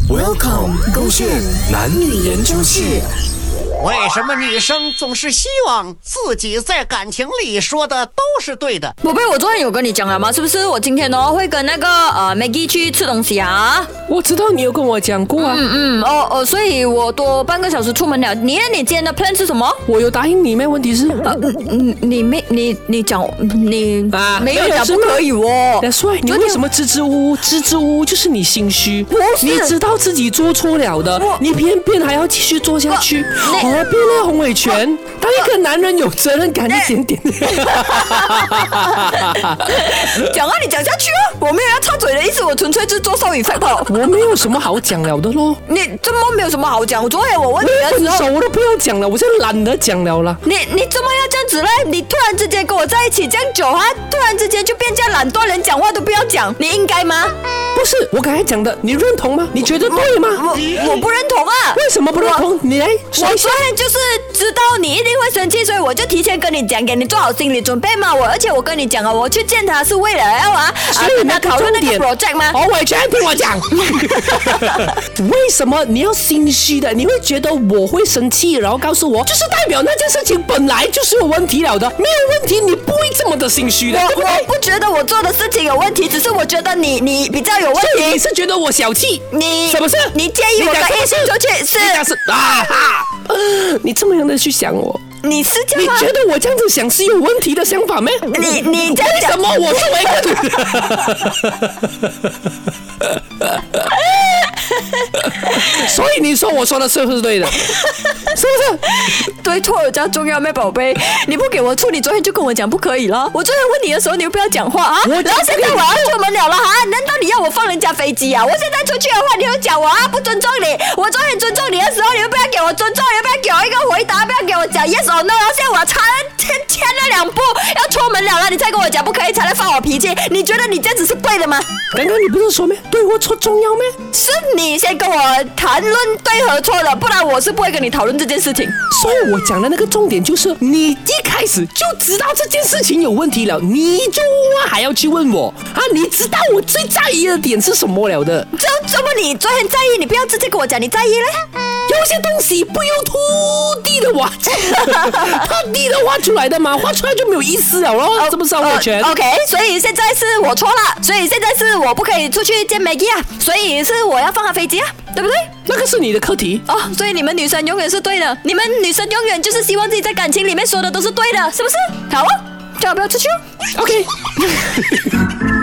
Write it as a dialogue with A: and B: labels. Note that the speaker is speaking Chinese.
A: Welcome， 勾选男女研究室。
B: 为什么女生总是希望自己在感情里说的都是对的？
C: 宝贝，我昨天有跟你讲了吗？是不是我今天会跟那个Maggie 去吃东西啊？
D: 我知道你有跟我讲过啊。
C: 所以我多半个小时出门了。你今天的 plan 是什么？
D: 我有答应你没？问题是，
C: 你讲你没有讲不可以哦。
D: That's right， 你为什么支支吾吾？支支吾吾就是你心虚。你知道自己做错了的，你偏偏还要继续做下去。何必呢？洪伟全，当一个男人有责任感一点点。
C: 讲啊，你讲下去啊！我没有要插嘴的意思，我纯粹是做少女 fact。
D: 我没有什么好讲了的咯。
C: 你怎么没有什么好讲？昨天我问你的时候，
D: 分手我都不要讲了，我现在懒得讲了啦。
C: 你怎么要这样子呢？你突然之间跟我在一起这样久啊，突然之间就变这样懒惰，连讲话都不要讲，你应该吗？
D: 不是，我刚才讲的，你认同吗？你觉得对吗？
C: 我不认同啊！
D: 为什么不认同？你来说一下。
C: 我昨天就是知道你一定会生气，所以我就提前跟你讲，给你做好心理准备嘛。而且我跟你讲啊，我去见他是为了要跟他讨论那个 project 吗？
D: 洪伟全，听我讲。为什么你要心虚的？你会觉得我会生气，然后告诉我，就是代表那件事情本来就是有问题了的，没有问题，你不会这么的心虚的。
C: 我不觉得我做的事情有问题，只是我觉得你比较有问题。
D: 所以你是觉得我小气？
C: 你
D: 什么事？
C: 你介意我的异性出去是？
D: 你这么样的去想我？
C: 你是这样吗？
D: 你觉得我这样子想是有问题的想法吗？
C: 你这样
D: 为什么我作为一个所以你说我说的是不是对的？是不是？
C: 对错有加重要咩，宝贝？你不给我处，你昨天就跟我讲不可以了。我昨天问你的时候，你又不要讲话啊。然后现在我要出门了哈，难道你要我放人家飞机啊？我现在出去的话，你又讲我不尊重你。我昨天尊重你的时候，你又不要给我尊重，你又不要给我一个回答，不要给我讲 yes or no。然后现在我差欠了2步要出门了，你再跟我讲不可以，才来发我脾气。你觉得你这样子是对的吗？
D: 刚刚你不是说咩？对或错重要咩？
C: 是你先跟我谈论对和错的，不然我是不会跟你讨论这件事情。
D: 所以我讲的那个重点就是，你一开始就知道这件事情有问题了，你就还要去问我啊？你知道我最在意的点是什么了的？
C: 这么你昨天在意，你不要直接跟我讲你在意嘞。
D: 有些东西不用土地的挖，土地的挖出来的嘛，挖出来就没有意思了咯，是不是啊？我全
C: OK， 所以现在是我错了，所以现在是我不可以出去见 Maggie 啊，所以是我要放他飞机啊，对不对？
D: 那个是你的课题
C: 哦，所以你们女生永远是对的，你们女生永远就是希望自己在感情里面说的都是对的，是不是？好啊，叫我不要出去哦。
D: OK。